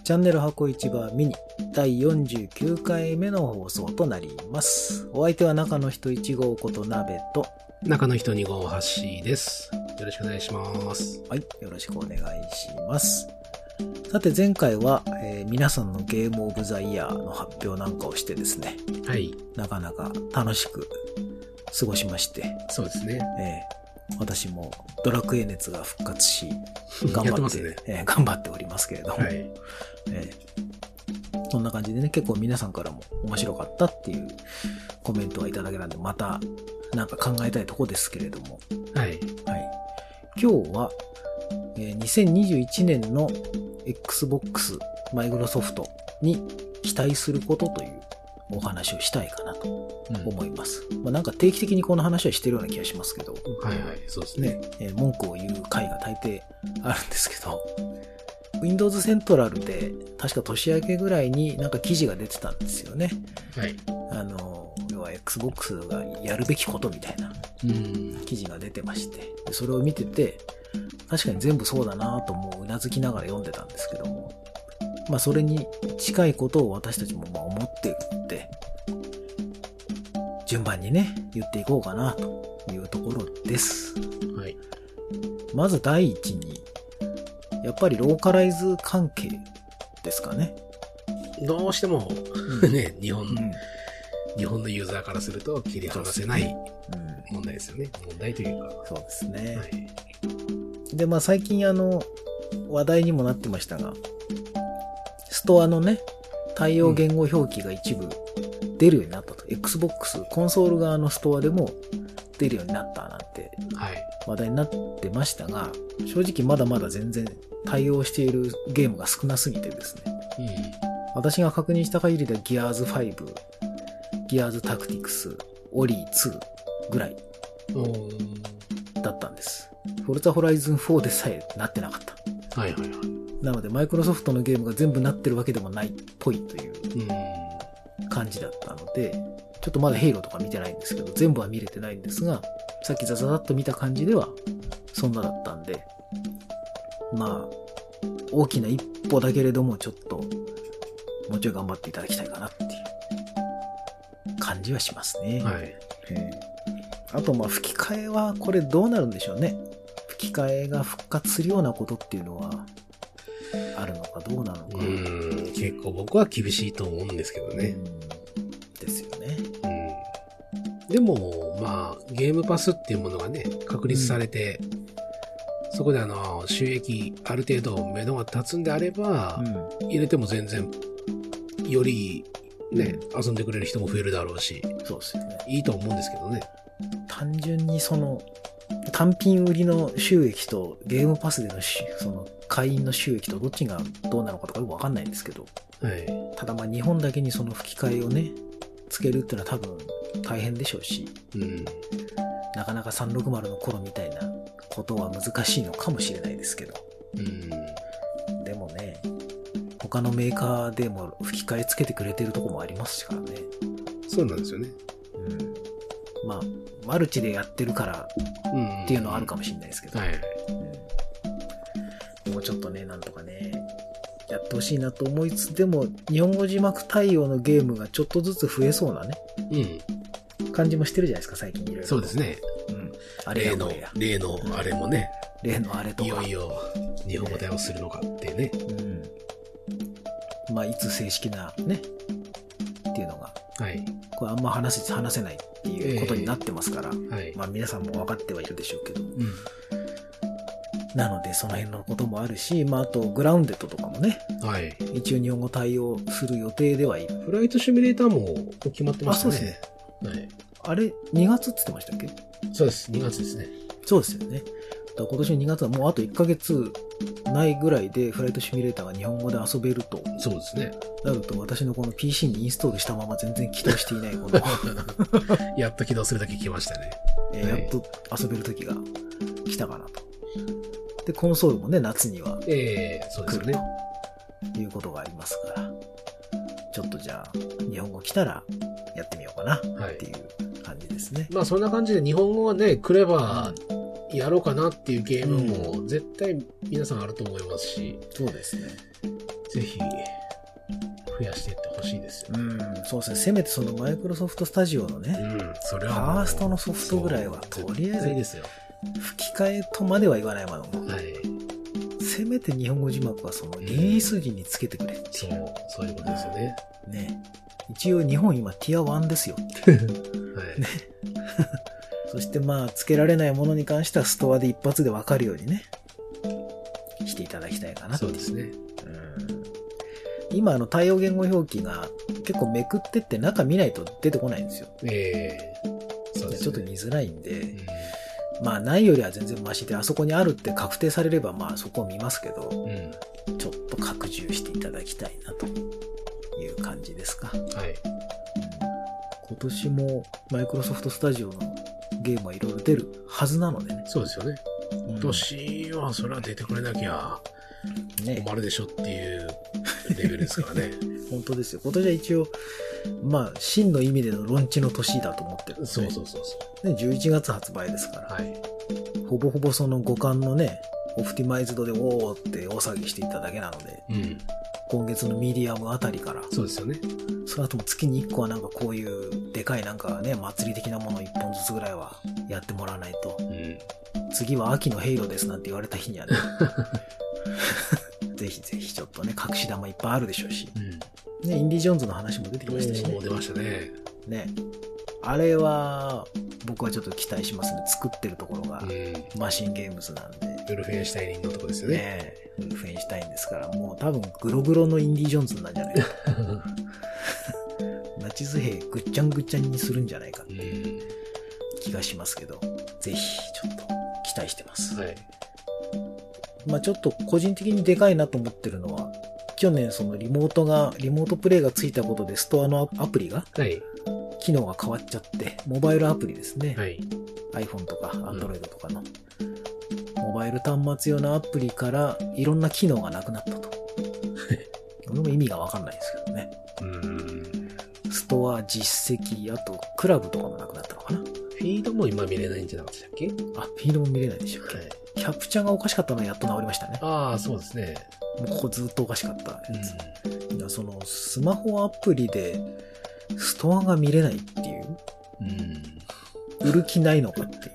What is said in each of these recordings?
チャンネル箱市場ミニ第49回目の放送となります。お相手は中の人1号こと鍋と中の人2号ハッシーです。よろしくお願いします。 はい、よろしくお願いします。さて前回は、皆さんのゲームオブザイヤーの発表なんかをしてですね、 はい。 なかなか楽しく過ごしまして、 そうですね。 私もドラクエ熱が復活し、頑やって張って、 ますね。 頑張っておりますけれども、 はい。 そんな感じでね、結構皆さんからも面白かったっていうコメントがいただけたんで、またなんか考えたいとこですけれども、 はい。 はい、今日は、2021年の Xbox、マイクロソフトに期待することというお話をしたいかなと思います。なんか定期的にこの話はしてるような気がしますけど、 はいはい、そうですね。 文句を言う回が大抵あるんですけど、Windows セントラルで確か年明けぐらいになんか記事が出てたんですよね。 はい。 要は Xbox がやるべきことみたいな記事が出てまして、それを見てて、確かに全部そうだなぁともうなずきながら読んでたんですけども、それに近いことを私たちも思ってるって、順番にね、言っていこうかなというところです。 はい。 まず第一に、やっぱりローカライズ関係ですかね。 どうしても、ね、日本のユーザーからすると切り離せない問題ですよね。問題というか。 そうですね。 はい。 で、最近話題にもなってましたが、ストアのね、対応言語表記が一部出るようになったと。Xbox、コンソール側のストアでも出るようになったなんて話題になってましたが、正直まだまだ全然対応しているゲームが少なすぎてですね。私が確認した限りではギアーズ5、ギアーズタクティクス、オリー2ぐらいだったんです。フォルツァホライズン4でさえなってなかった。 はいはいはい。 なのでマイクロソフトのゲームが全部なってるわけでもないっぽいという感じだったので、ちょっとまだヘイローとか見てないんですけど、全部は見れてないんですが、さっきザザザッと見た感じではそんなだったんで、大きな一歩だけれどもちょっともうちょい頑張っていただきたいかなっていう感じはしますね。 はい。 あと吹き替えはこれどうなるんでしょうね。吹き替えが復活するようなことっていうのはあるのかどうなのか。 結構僕は厳しいと思うんですけどね。 ですよね。 でも、ゲームパスっていうものがね、確立されて、そこで収益ある程度目処が立つんであれば、入れても全然、よりね、遊んでくれる人も増えるだろうし、 そうですよね。 いいと思うんですけどね。 単純に単品売りの収益とゲームパスでの会員の収益とどっちがどうなのかとかよくわかんないんですけど、 はい。 ただ日本だけにその吹き替えをね、つけるっていうのは多分大変でしょうし、なかなか360の頃みたいなことは難しいのかもしれないですけど、でもね、他のメーカーでも吹き替えつけてくれてるとこもありますからね。 そうなんですよね。 マルチでやってるからっていうのはあるかもしれないですけど、もうちょっとね、なんとかね、やってほしいなと思いつつ、でも日本語字幕対応のゲームがちょっとずつ増えそうなね、感じもしてるじゃないですか、最近いろいろ。 そうですね。例のあれもね。 例のあれとか。 いよいよ日本語対応するのかってね。 いつ正式なね、っていうのが。これあんま話せないっていうことになってますから、皆さんも分かってはいるでしょうけど。なのでその辺のこともあるし、あとグラウンデッドとかもね、一応日本語対応する予定ではいる。 フライトシミュレーターも決まってましたね。 そうですね。あれ、2月って言ってましたっけ？ そうです、2月ですね。 そうですよね。だから今年の2月はもうあと1ヶ月ないぐらいでフライトシミュレーターが日本語で遊べると。 そうですね。 なると私のこの PC にインストールしたまま全然起動していないこのやっと起動するだけ来ましたね。 やっと遊べる時が来たかなと。で、コンソールもね、夏には来るということがありますから、ちょっとじゃあ日本語来たらやってみようかなっていう感じですね。 そんな感じで日本語がね、来ればやろうかなっていうゲームも絶対皆さんあると思いますし、 そうですね。 ぜひ、増やしていってほしいですよ。 そうですね。せめてそのマイクロソフトスタジオのね、 それはファーストのソフトぐらいは、とりあえず、 ですよ。 吹き替えとまでは言わないまでも、 はい。 せめて日本語字幕はそのリリース時につけてくれっていう。 そういうことですよね。 ね。一応日本今ティア1ですよっていう。 はい。 ね。そしてまあ、つけられないものに関してはストアで一発でわかるようにね、していただきたいかなっていう。 そうですね。 今対応言語表記が結構めくってって中見ないと出てこないんですよ。 そうですね。 ちょっと見づらいんで、まあないよりは全然マシで、あそこにあるって確定されればまあそこを見ますけど、ちょっと拡充していただきたいなという感じですか。 はい。 今年もマイクロソフトスタジオのゲームはいろいろ出るはずなのでね。 そうですよね。今年はそれは出てくれなきゃ困るでしょっていうレベルですからね。 本当ですよ。今年は一応、まあ、真の意味でのロンチの年だと思ってるんですね。 そう。 ね、11月発売ですから。 はい。 ほぼほぼその互換のね、オプティマイズドでおーって大騒ぎしていただけなので、今月のミディアムあたりから、 そうですよね。 その後も月に1個はなんかこういうでかいなんかね、祭り的なもの1本ずつぐらいはやってもらわないと、次は秋のヘイロですなんて言われた日にはね、ぜひぜひちょっとね、隠し玉いっぱいあるでしょうし、ね、インディ・ジョーンズの話も出てきましたしね。 出ましたね。 ね。あれは、僕はちょっと期待しますね。作ってるところが、マシンゲームズなんで。 ウルフェンシュタインのとこですよね。 ウルフェンシュタインですから、もう多分グログロのインディ・ジョーンズなんじゃないか。ナチズ兵ぐっちゃんぐっちゃんにするんじゃないかっていう気がしますけど、ぜひちょっと期待してます。 はい。 まあちょっと個人的にでかいなと思ってるのは、去年そのリモートプレイがついたことでストアのアプリが、機能が変わっちゃって、モバイルアプリですね。iPhone とか Android とかの、モバイル端末用のアプリからいろんな機能がなくなったと。これも意味がわかんないですけどね。ストア、実績、あとクラブとかもなくなったのかな。 フィードも今見れないんじゃなかったっけ？ フィードも見れないでしたっけ？キャプチャーがおかしかったのはやっと治りましたね。 そうですね。 もうここずっとおかしかったやつ。そのスマホアプリでストアが見れないっていう。売る気ないのかっていう。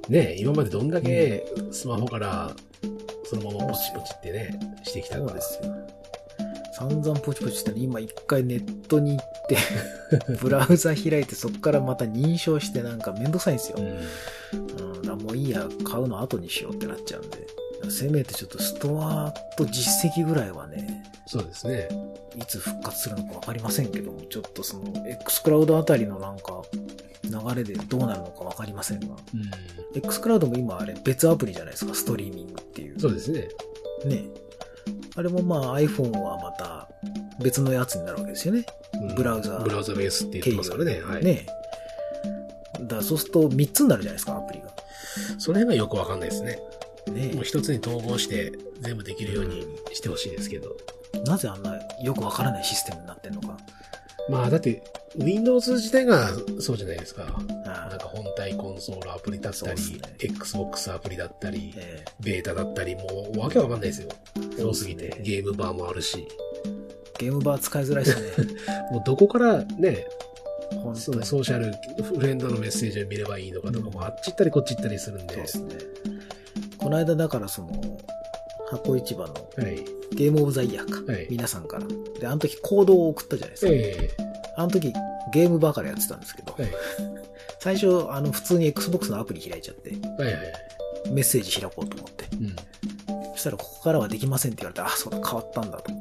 ねえ、今までどんだけスマホからそのままポチポチってね、してきたか。 そうですよ。散々ポチポチしたら今一回ネットに行ってブラウザ開いてそこからまた認証してなんかめんどくさいんですよ。もういいや、買うの後にしようってなっちゃうんで。せめてちょっとストアと実績ぐらいはね。 そうですね。 いつ復活するのかわかりませんけども、ちょっとその X クラウドあたりのなんか流れでどうなるのかわかりませんが。X クラウドも今あれ別アプリじゃないですか、ストリーミングっていう。 そうですね。 ね。あれもまあ iPhone はまた別のやつになるわけですよね。ブラウザベースって言ってますからね。 ね。だからそうすると3つになるじゃないですか、アプリが。 その辺がよくわかんないですね。 ね。 もう一つに統合して全部できるようにしてほしいですけど。 なぜあんなよくわからないシステムになってんのか。 まあだって Windows 自体がそうじゃないですか。なんか本体コンソールアプリだったり、Xbox アプリだったり、ベータだったり、もうわけわかんないですよ。多すぎて。ゲームバーもあるし。 ゲームバー使いづらいですね。 もうどこからね、ソーシャルフレンドのメッセージを見ればいいのかとかもあっち行ったりこっち行ったりするんで。 そうですね。この間だからその、箱市場のゲームオブザイヤーか。皆さんから。で、あの時コードを送ったじゃないですか。あの時ゲームバーからやってたんですけど、最初普通に Xbox のアプリ開いちゃって、メッセージ開こうと思って、そしたらここからはできませんって言われて、あ、そうだ変わったんだと思って、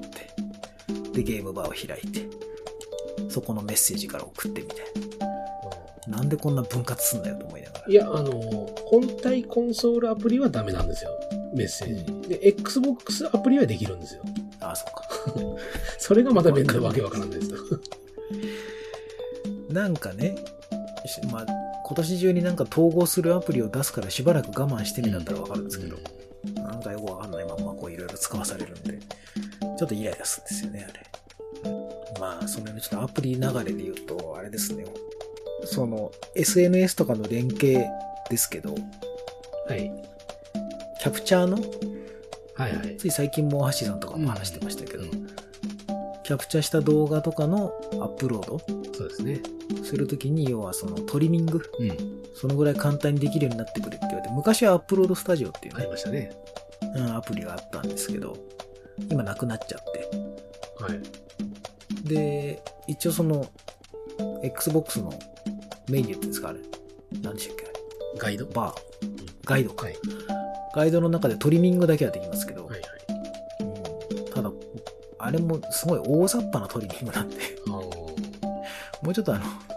でゲームバーを開いて、そこのメッセージから送ってみたいな。なんでこんな分割すんだよと思いながら。 いや、本体コンソールアプリはダメなんですよ。メッセージ。で、Xbox アプリはできるんですよ。 あ、そうか。 それがまた面倒わけわからないですよ。 なんかね、まあ、今年中になんか統合するアプリを出すからしばらく我慢してみたったらわかるんですけど、なんかよくわかんないままこういろいろ使わされるんで、ちょっとイライラするんですよね、あれ。まあ、そのちょっとアプリ流れで言うと、あれですね、その SNS とかの連携ですけど、 はい。 キャプチャーのはいはい。 つい最近も橋さんとかも話してましたけど、キャプチャした動画とかのアップロードそうですね。 するときに、要はそのトリミング、そのぐらい簡単にできるようになってくれって言われて、昔はアップロードスタジオっていうありましたね。 アプリがあったんですけど、今なくなっちゃって。 はい。 で、一応その、Xbox のメニューって言うんですか、あれ。何でしたっけ、あれ。 ガイドバー。ガイドか。 はい。 ガイドの中でトリミングだけはできますけど、 はいはい。 ただ、あれもすごい大雑把なトリミングなんで、もうちょっと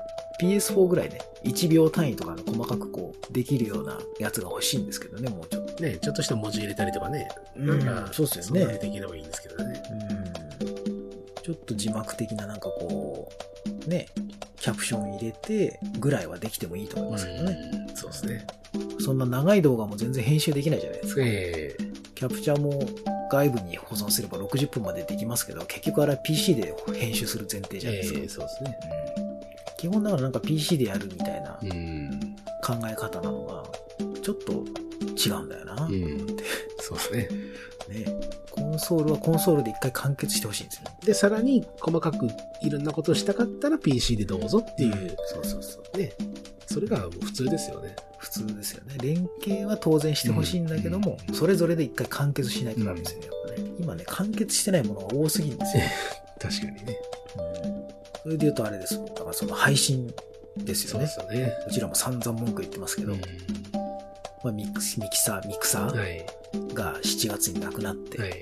PS4 ぐらいね、1秒単位とかの細かくこう、できるようなやつが欲しいんですけどね、もうちょっと。 ね、ちょっとした文字入れたりとかね。 なんか、そうですよね。 そんなにできればいいんですけどね。 ちょっと字幕的ななんかこう、ね、キャプション入れてぐらいはできてもいいと思いますけどね。 そうですね。 そんな長い動画も全然編集できないじゃないですか。キャプチャーも外部に保存すれば60分までできますけど、結局あれは PC で編集する前提じゃないですか。 そうですね。 基本だからなんか PC でやるみたいな考え方なのが、ちょっと違うんだよな。 そうですね。 ね、コンソールはコンソールで一回完結してほしいんですよね。 で、さらに細かくいろんなことをしたかったら PC でどうぞっていう。 そうそうそう。 ね。それがもう普通ですよね。 普通ですよね。連携は当然してほしいんだけども、それぞれで一回完結しないとダメですよね。やっぱね、今ね、完結してないものが多すぎるんですよ。 確かにね。 それで言うとあれですよ。だからその配信ですよね。 そうですよね。 うちらも散々文句言ってますけど、まあ、ミクサーが7月になくなって、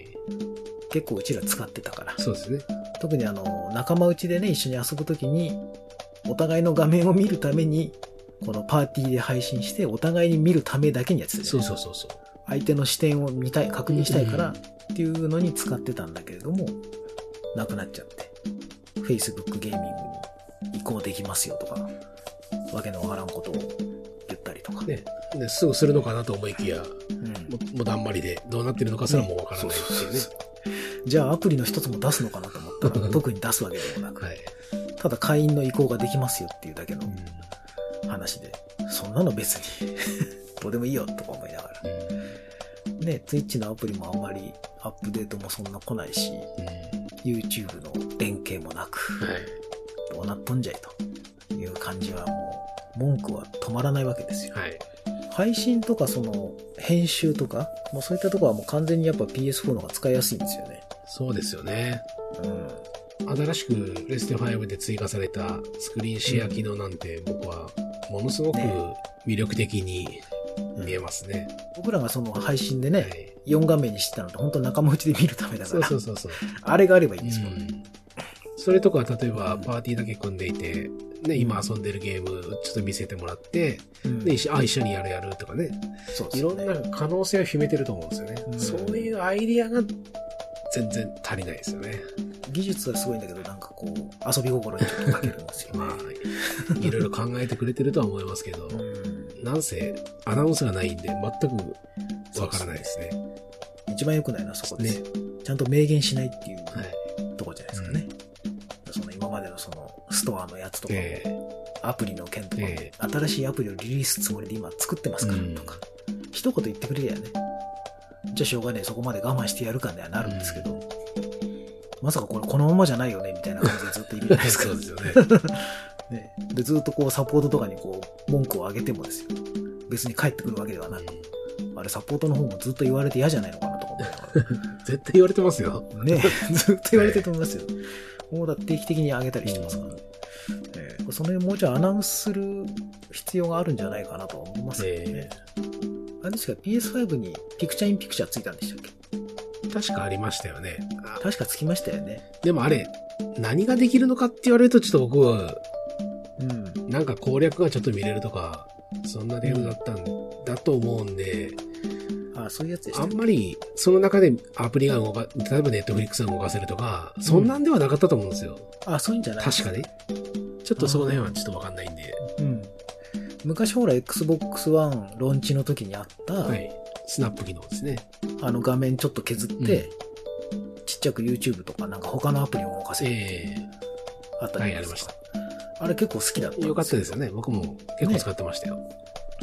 結構うちら使ってたから。 そうですね。 特に仲間内でね、一緒に遊ぶときに、お互いの画面を見るために、このパーティーで配信して、お互いに見るためだけにやってた、ね。 そう。 相手の視点を確認したいからっていうのに使ってたんだけれども、なくなっちゃって。Facebook ゲーミングに移行できますよとか、わけのわからんことを言ったりとか。 ね。ですぐするのかなと思いきや、もうだんまりでどうなってるのかすらもわからないっていうね。 じゃあアプリの一つも出すのかなと思ったら、特に出すわけでもなく、ただ会員の移行ができますよっていうだけの話で、そんなの別にどうでもいいよとか思いながら。ね、Twitch のアプリもあんまりアップデートもそんな来ないし、YouTube の連携もなく、どうなっとんじゃいという感じはもう、文句は止まらないわけですよ。配信とかその編集とか、もうそういったところはもう完全にやっぱ PS4 の方が使いやすいんですよね。 そうですよね。新しくレステ5で追加されたスクリーンシェア機能なんて僕はものすごく魅力的に見えますね。 僕らがその配信でね、4画面にしてたのって本当仲間内で見るためだから。 そう。 あれがあればいいんですもんね。 それとか例えばパーティーだけ組んでいて、ね、今遊んでるゲームちょっと見せてもらって、で一緒にやるとかね。いろんな可能性を秘めてると思うんですよね。そういうアイディアが全然足りないですよね。 技術はすごいんだけど、なんかこう、遊び心にちょっとかけるんですよね。 いろいろ考えてくれてるとは思いますけど、なんせアナウンスがないんで全くわからないですね。 一番良くないのはそこですよ。ちゃんと明言しないっていうところじゃないですかね。その今までのそのストアのやつとかも、アプリの件とかも、新しいアプリをリリースつもりで今作ってますからとか、一言言ってくれりゃね、じゃあしょうがねえ、そこまで我慢してやるかにはなるんですけど、まさかこれこのままじゃないよねみたいな感じでずっといるじゃないですか。 そうですよね。で、ずっとこうサポートとかにこう文句を上げてもですよ。別に返ってくるわけではなく、あれサポートの方もずっと言われて嫌じゃないのかなとか思いながら。 絶対言われてますよ。 ね、ずっと言われてると思いますよ。もうだ定期的に上げたりしてますからね。その辺もうちょいアナウンスする必要があるんじゃないかなと思いますけどね。あれですか、PS5 にピクチャーインピクチャーついたんでしたっけ？ 確かありましたよね。 確かつきましたよね。 でもあれ、何ができるのかって言われるとちょっと僕は、なんか攻略がちょっと見れるとか、そんな程度だったんだと思うんで、 そういうやつでした、 あんまりその中でアプリが例えばネットフリックスが動かせるとか、そんなんではなかったと思うんですよ。 そういうんじゃない？ 確かね。ちょっとその辺はちょっとわかんないんで。 昔ほら Xbox One ローンチの時にあった、 スナップ機能ですね。 画面ちょっと削って、ちっちゃく YouTube とかなんか他のアプリを動かせるってあったじゃないですか。 ありました。 あれ結構好きだったんですよ。 よかったですよね。僕も結構使ってましたよ。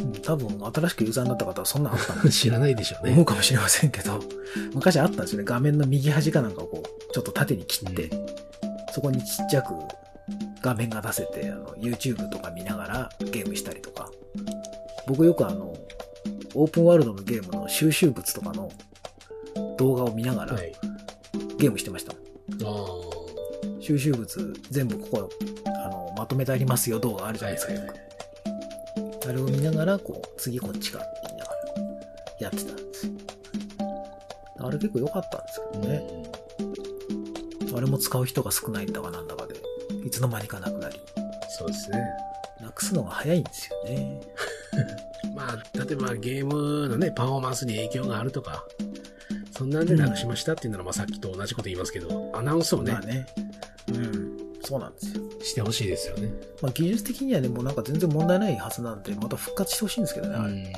多分新しくユーザーになった方はそんなあったん知らないでしょうね。 思うかもしれませんけど、昔あったんですよね。画面の右端かなんかをこう、ちょっと縦に切って、そこにちっちゃく画面が出せて、YouTube とか見ながらゲームしたりとか。僕よくオープンワールドのゲームの収集物とかの動画を見ながらゲームしてましたもん。収集物全部ここ、まとめてありますよ動画あるじゃないですか、よく。あれを見ながら、こう、次こっちかって言いながらやってたんですよ。あれ結構良かったんですけどね。あれも使う人が少ないんだかなんだかで、いつの間にかなくなり。 そうですね。 なくすのが早いんですよね。 まあ、例えばゲームのね、パフォーマンスに影響があるとか、そんなんでなくしましたっていうのは、まあさっきと同じこと言いますけど、アナウンスをね、 まあね。そうなんですよ。 してほしいですよね。 まあ技術的にはね、もうなんか全然問題ないはずなんで、また復活してほしいんですけどね、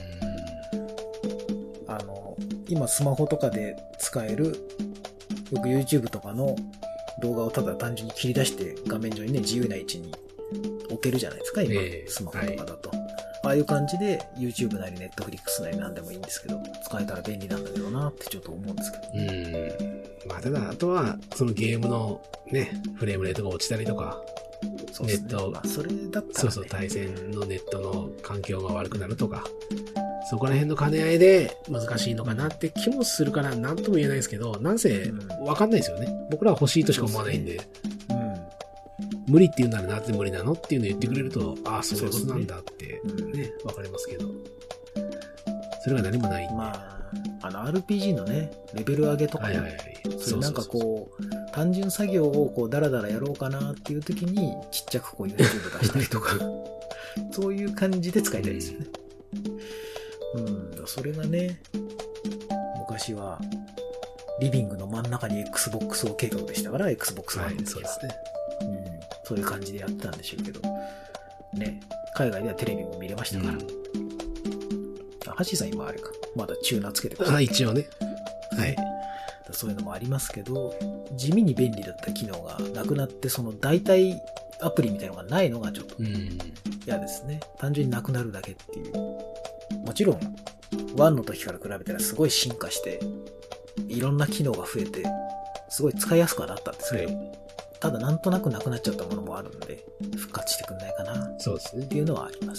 今スマホとかで使える、よく YouTube とかの動画をただ単純に切り出して画面上にね、自由な位置に置けるじゃないですか、今、スマホとかだと。ああいう感じで YouTube なり Netflix なりなんでもいいんですけど、使えたら便利なんだけどなってちょっと思うんですけど。 まあただ、あとは、そのゲームのね、フレームレートが落ちたりとか、 そうですね、ネット、まあ、それだったら、ね、 そうそう、対戦のネットの環境が悪くなるとか、そこら辺の兼ね合いで難しいのかなって気もするから何とも言えないですけど、なんせわかんないですよね。僕らは欲しいとしか思わないんで。無理って言うならなぜ無理なのっていうのを言ってくれると、ああ、そういうことなんだってね、わかりますけど。それが何もないんで。 まあ、RPG のね、レベル上げとかね、そうなんかこう、単純作業をこうダラダラやろうかなっていう時にちっちゃくこう YouTube 出したりとか、そういう感じで使いたいですよね。それがね、昔はリビングの真ん中に Xbox を計画でしたから、Xbox 1の時は、そうですね。そういう感じでやってたんでしょうけど、ね、海外ではテレビも見れましたから。ハッシーさん今あれか、まだチューナーつけてます。 一応ね。はい。 そういうのもありますけど、地味に便利だった機能がなくなって、その代替アプリみたいなのがないのがちょっと嫌ですね。単純になくなるだけっていう。もちろん、1の時から比べたらすごい進化して、いろんな機能が増えて、すごい使いやすくはなったんですけど、ただなんとなくなくなっちゃったものもあるので、復活してくんないかな。 そうですね。 っていうのはあります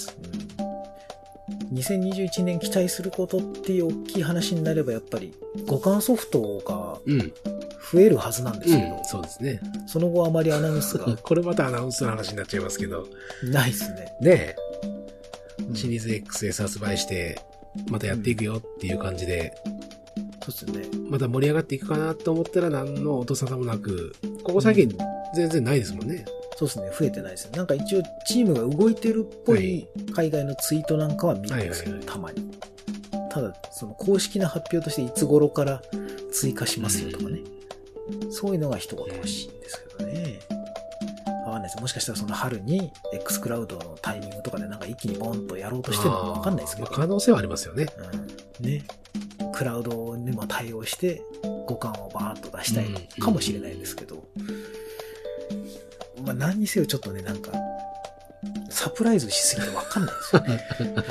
。2021年期待することっていう大きい話になればやっぱり互換ソフトが増えるはずなんですけど、 そうですね。 その後あまりアナウンスがこれまたアナウンスの話になっちゃいますけどないですね。 ねえ、シリーズ XS 発売してまたやっていくよっていう感じで、 そうですね。 また盛り上がっていくかなと思ったら何の音沙汰もなく、ここ最近全然ないですもんね。 そうですね、増えてないですね。なんか一応チームが動いてるっぽい海外のツイートなんかは見るんですよ、たまに。ただ、その公式な発表としていつ頃から追加しますよとかね。そういうのが一言欲しいんですけどね。わかんないです。もしかしたらその春に X クラウドのタイミングとかでなんか一気にボンとやろうとしてるのかわかんないですけど。 可能性はありますよね。 ね。クラウドにも対応して互換をバーッと出したいのかもしれないですけど。まあ何にせよちょっとね、なんか、サプライズしすぎてわかんないですよね。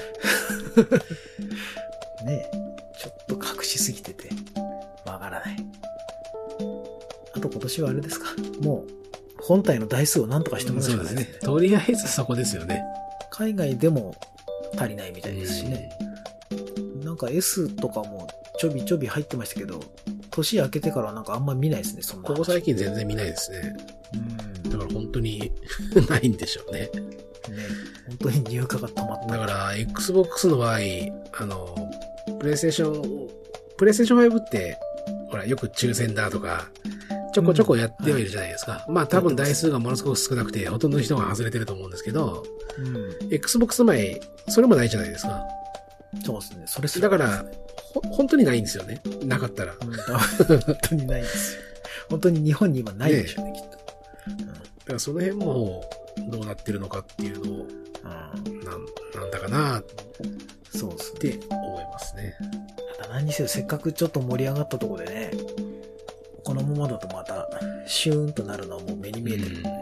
ねえ、ちょっと隠しすぎてて、わからない。あと今年はあれですか、もう、本体の台数をなんとかしてもらうしかないですね。 とりあえずそこですよね。 海外でも足りないみたいですしね。なんか S とかもちょびちょび入ってましたけど、年明けてからなんかあんま見ないですね、そんな。 ここ最近全然見ないですね。だから本当にないんでしょうね。 本当に入荷が止まった。 だから、Xbox の場合、プレイステーション5って、ほら、よく抽選だとか、ちょこちょこやってはいるじゃないですか。まあ多分台数がものすごく少なくて、ほとんどの人が外れてると思うんですけど、Xbox 前、それもないじゃないですか。 そうですね。それすだから、本当にないんですよね。なかったら。 本当にないんですよ。本当に日本に今ないでしょうね、きっと。 だからその辺もどうなってるのかっていうのを、なんだかな、 そうですね。 って思いますね。 ただ何にせよせっかくちょっと盛り上がったところでね、このままだとまたシューンとなるのはもう目に見えてるので、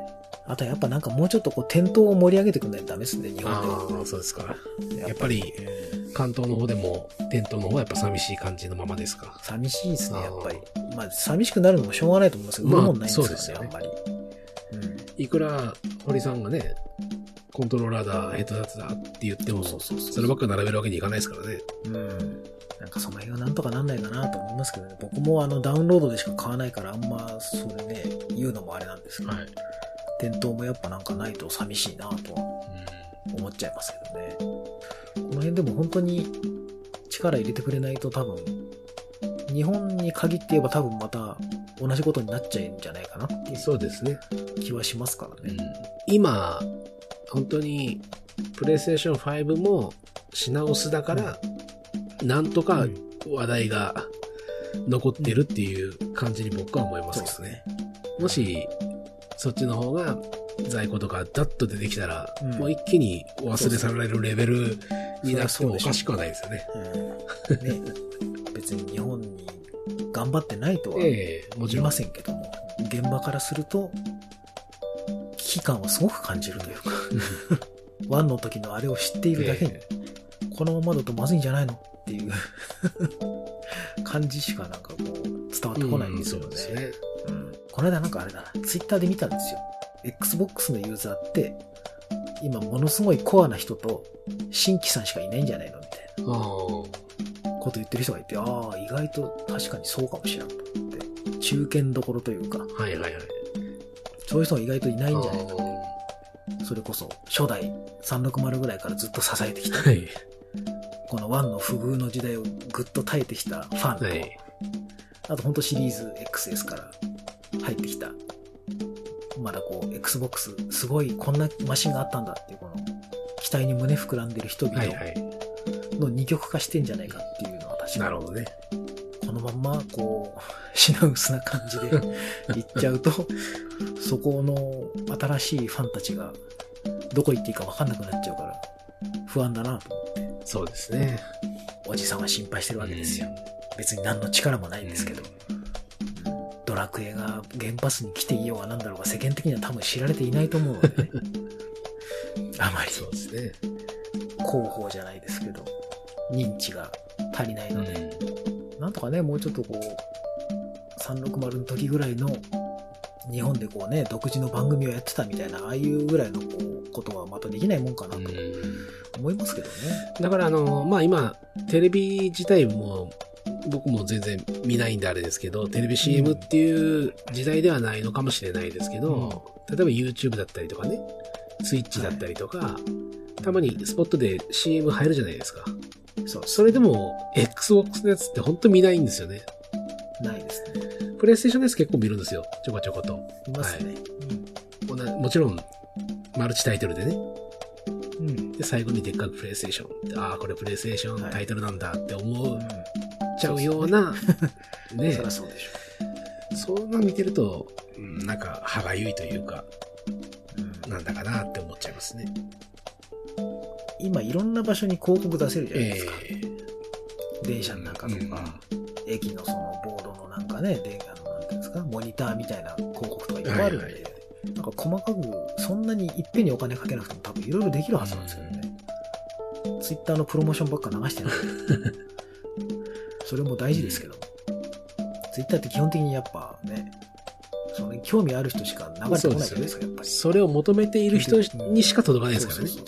あとやっぱなんかもうちょっとこう店頭を盛り上げてくんないとダメですね、日本では。 ああ、そうですか。やっぱり、関東の方でも、店頭の方はやっぱ寂しい感じのままですか。 寂しいですね、やっぱり。まあ、寂しくなるのもしょうがないと思いますけど、売るもんないんですよね、あんまり。 いくら、堀さんがね、コントローラーだ、ヘッドダッツだって言っても、そればっか並べるわけにいかないですからね。 なんかその辺はなんとかなんないかなと思いますけどね。僕もダウンロードでしか買わないから、あんまそれね、言うのもあれなんですけど、店頭もやっぱなんかないと寂しいなとは思っちゃいますけどね。この辺でも本当に力入れてくれないと多分、日本に限って言えば多分また同じことになっちゃうんじゃないかなっていう気はしますからね。 今、本当に、プレイステーション5も品薄だから、なんとか話題が残ってるっていう感じに僕は思いますけどね。もし、そっちの方が在庫とかダッと出てきたら、もう一気に忘れ去られるレベルになってもおかしくはないですよね。 ね、別に日本に頑張ってないとは言いませんけども、現場からすると危機感をすごく感じるというかワンの時のあれを知っているだけに、このままだとまずいんじゃないのっていう感じしかなんかこう伝わってこないんですよね。この間なんかあれだな、ツイッターで見たんですよ。Xbox のユーザーって今ものすごいコアな人と新規さんしかいないんじゃないのみたいなこと言ってる人がいて、ああ意外と確かにそうかもしれんと思って、中堅どころというか、そういう人が意外といないんじゃないかって、それこそ初代360ぐらいからずっと支えてきた、この1の不遇の時代をぐっと耐えてきたファンと、あと本当シリーズ XS から入ってきた、まだこう Xbox すごいこんなマシンがあったんだっていうこの期待に胸膨らんでる人々の二極化してんじゃないかっていうのは確かに、 なるほどね、 このまんまこう品薄な感じでいっちゃうとそこの新しいファンたちがどこ行っていいか分かんなくなっちゃうから不安だなと思って。 そうですね、 おじさんは心配してるわけですよ。別に何の力もないんですけど、ドラクエがゲームパスに来ていようがなんだろうが世間的には多分知られていないと思うのでねあまりそうですね、 広報じゃないですけど認知が足りないので、なんとかねもうちょっとこう360の時ぐらいの日本でこうね独自の番組をやってたみたいなああいうぐらいのことはまたできないもんかなと思いますけどね。 だからまあ今テレビ自体も僕も全然見ないんであれですけど、テレビ CM っていう時代ではないのかもしれないですけど、例えば YouTube だったりとかね、Twitch だったりとか、たまにスポットで CM 入るじゃないですか。それでも Xbox のやつって本当見ないんですよね。 ないですね。 プレイステーションのやつ結構見るんですよ。ちょこちょこと。 いますね。 もちろん、マルチタイトルでね。で、最後にでっかくプレイステーション。ああ、これプレイステーションタイトルなんだって思っちゃうような、ね。 そりゃそうでしょ。そんな見てると、なんか歯がゆいというか、なんだかなって思っちゃいますね。 今いろんな場所に広告出せるじゃないですか。電車の中とか、駅のそのボードのなんかね、なんていうんですか、モニターみたいな広告とかいっぱいあるんで、なんか細かくそんなにいっぺんにお金かけなくても多分いろいろできるはずなんですよね。ツイッターのプロモーションばっか流してない。それも大事ですけど、ツイッターって基本的にやっぱね、それに興味ある人しか流れてこないじゃないですか、やっぱり。 それを求めている人にしか届かないですからね。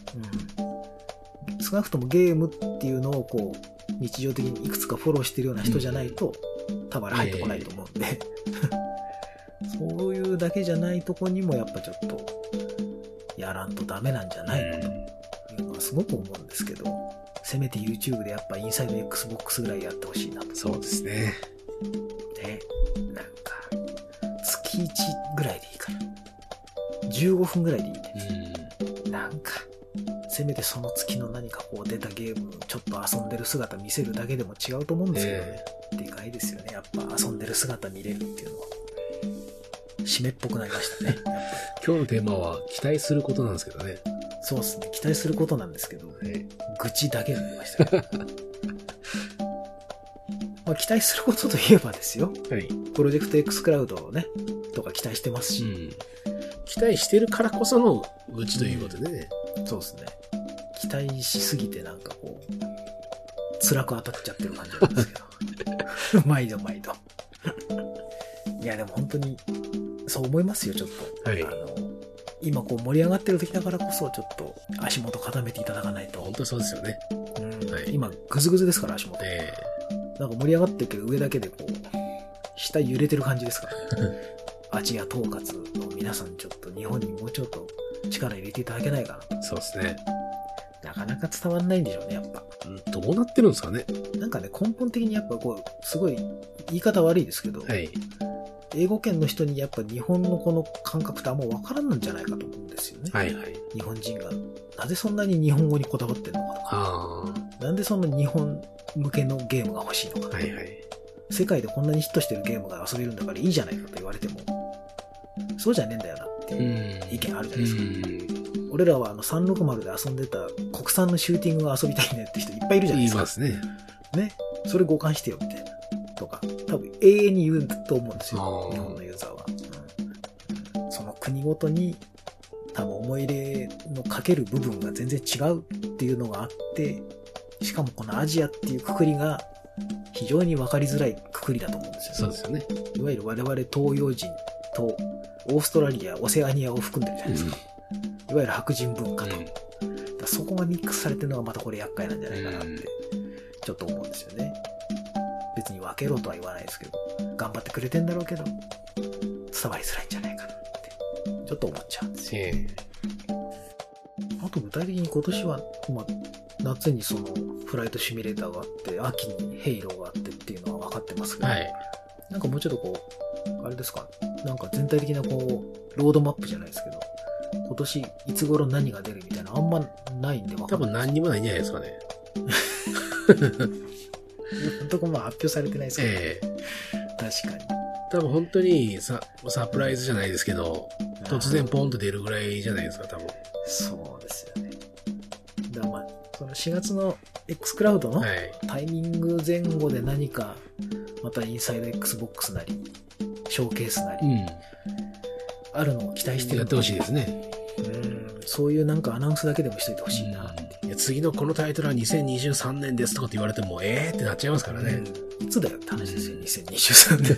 少なくともゲームっていうのをこう日常的にいくつかフォローしてるような人じゃないと、多分入ってこないと思うんで、そういうだけじゃないとこにもやっぱちょっとやらんとダメなんじゃないのというのはすごく思うんですけど、せめて YouTube でやっぱインサイド Xbox ぐらいやってほしいなと。 そうですね。 ね、なんか月1ぐらいでいいから15分ぐらいでいいんで、なんかせめてその月の何かこう出たゲームちょっと遊んでる姿見せるだけでも違うと思うんですけどね、でかいですよね、やっぱ遊んでる姿見れるっていうのは。締めっぽくなりましたね。 今日のテーマは期待することなんですけどね。 そうですね、期待することなんですけど、愚痴だけになりましたね。まあ期待することといえばですよ、プロジェクト X クラウドをねとか期待してますし、 期待してるからこその愚痴ということでね。 そうですね。期待しすぎてなんかこう、辛く当たっちゃってる感じなんですけど。毎度。いや、でも本当に、そう思いますよ、ちょっと。 はい。 今こう盛り上がってる時だからこそ、ちょっと足元固めていただかないと。 本当そうですよね。 うん、 はい、 今、ぐずぐずですから、足元。なんか盛り上がってるけど、上だけでこう、下揺れてる感じですからね。アジア統括の皆さん、ちょっと日本にもうちょっと力入れていただけないかな。 そうですね。 なかなか伝わんないんでしょうね、やっぱ。 どうなってるんですかね。 なんかね、根本的にやっぱこう、すごい、言い方悪いですけど、 はい。 英語圏の人にやっぱ日本のこの感覚ってあんま分からんのんじゃないかと思うんですよね。 はいはい。 日本人が。なぜそんなに日本語にこだわってんのかとか。なんでそんな日本向けのゲームが欲しいのか。 はいはい。 世界でこんなにヒットしてるゲームが遊べるんだからいいじゃないかと言われても、そうじゃねえんだよなっていう意見あるじゃないですか。俺らは360で遊んでた国産のシューティングが遊びたいねって人いっぱいいるじゃないですか。 言いますね。 ね。それ互換してよみたいな。とか、多分永遠に言うと思うんですよ。日本のユーザーは。その国ごとに多分思い入れのかける部分が全然違うっていうのがあって、しかもこのアジアっていうくくりが非常に分かりづらいくくりだと思うんですよね。 そうですよね。 いわゆる我々東洋人とオーストラリア、オセアニアを含んでるじゃないですか。いわゆる白人文化と。だそこがミックスされてるのがまたこれ厄介なんじゃないかなってちょっと思うんですよね。別に分けろとは言わないですけど、頑張ってくれてんだろうけど、伝わりづらいんじゃないかなって、ちょっと思っちゃうんですよ。あと具体的に今年は、夏にそのフライトシミュレーターがあって、秋にヘイローがあってっていうのは分かってますけど、なんかもうちょっとこう、あれですか、なんか全体的なこう、ロードマップじゃないですけど、今年いつ頃何が出るみたいなあんまないんで分かんない。 多分何にもないんじゃないですかね。 本当に発表されてないですけど、確かに。 多分本当にサプライズじゃないですけど、突然ポンと出るぐらいじゃないですか、多分。 そうですよね。だからその4月の X クラウドのタイミング前後で何か、またインサイド Xbox なり、ショーケースなり、あるのを期待してる。 やってほしいですね。 そういうなんかアナウンスだけでもしといてほしいなって。 いや次のこのタイトルは2023年ですとかって言われても、ってなっちゃいますからね。 いつだよって話ですよ、2023年って。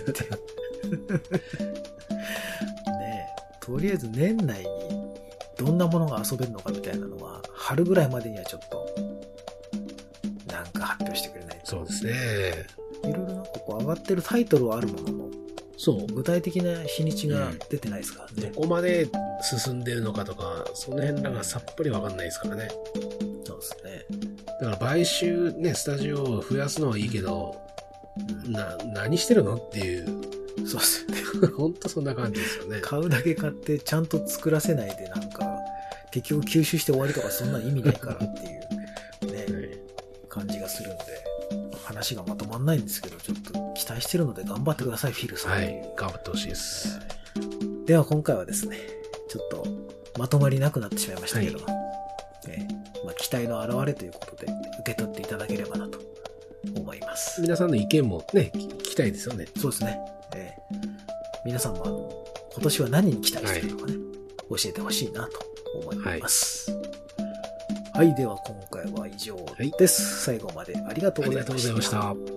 ねえ、とりあえず年内にどんなものが遊べるのかみたいなのは、春ぐらいまでにはちょっと、なんか発表してくれないと。 そうですね。 いろいろなんかこう上がってるタイトルはあるものの、具体的な日にちが出てないですからね。 どこまで進んでるのかとか、その辺なんかさっぱりわかんないですからね。 そうですね。 だから買収ね、スタジオを増やすのはいいけど、何してるのっていう。 そうですね。 ほんとそんな感じですよね。 買うだけ買ってちゃんと作らせないでなんか、結局吸収して終わりとかそんな意味ないからっていうね、感じがするんで、話がまとまんないんですけど、ちょっと期待してるので頑張ってください、フィルさん。 頑張ってほしいです。 では今回はですね、ちょっとまとまりなくなってしまいましたけども、期待の表れということで受け取っていただければなと思います。 皆さんの意見もね、聞きたいですよね。 そうですね。皆さんも今年は何に期待してるのかね、教えてほしいなと思います。はい、では今回は以上です。最後までありがとうございました。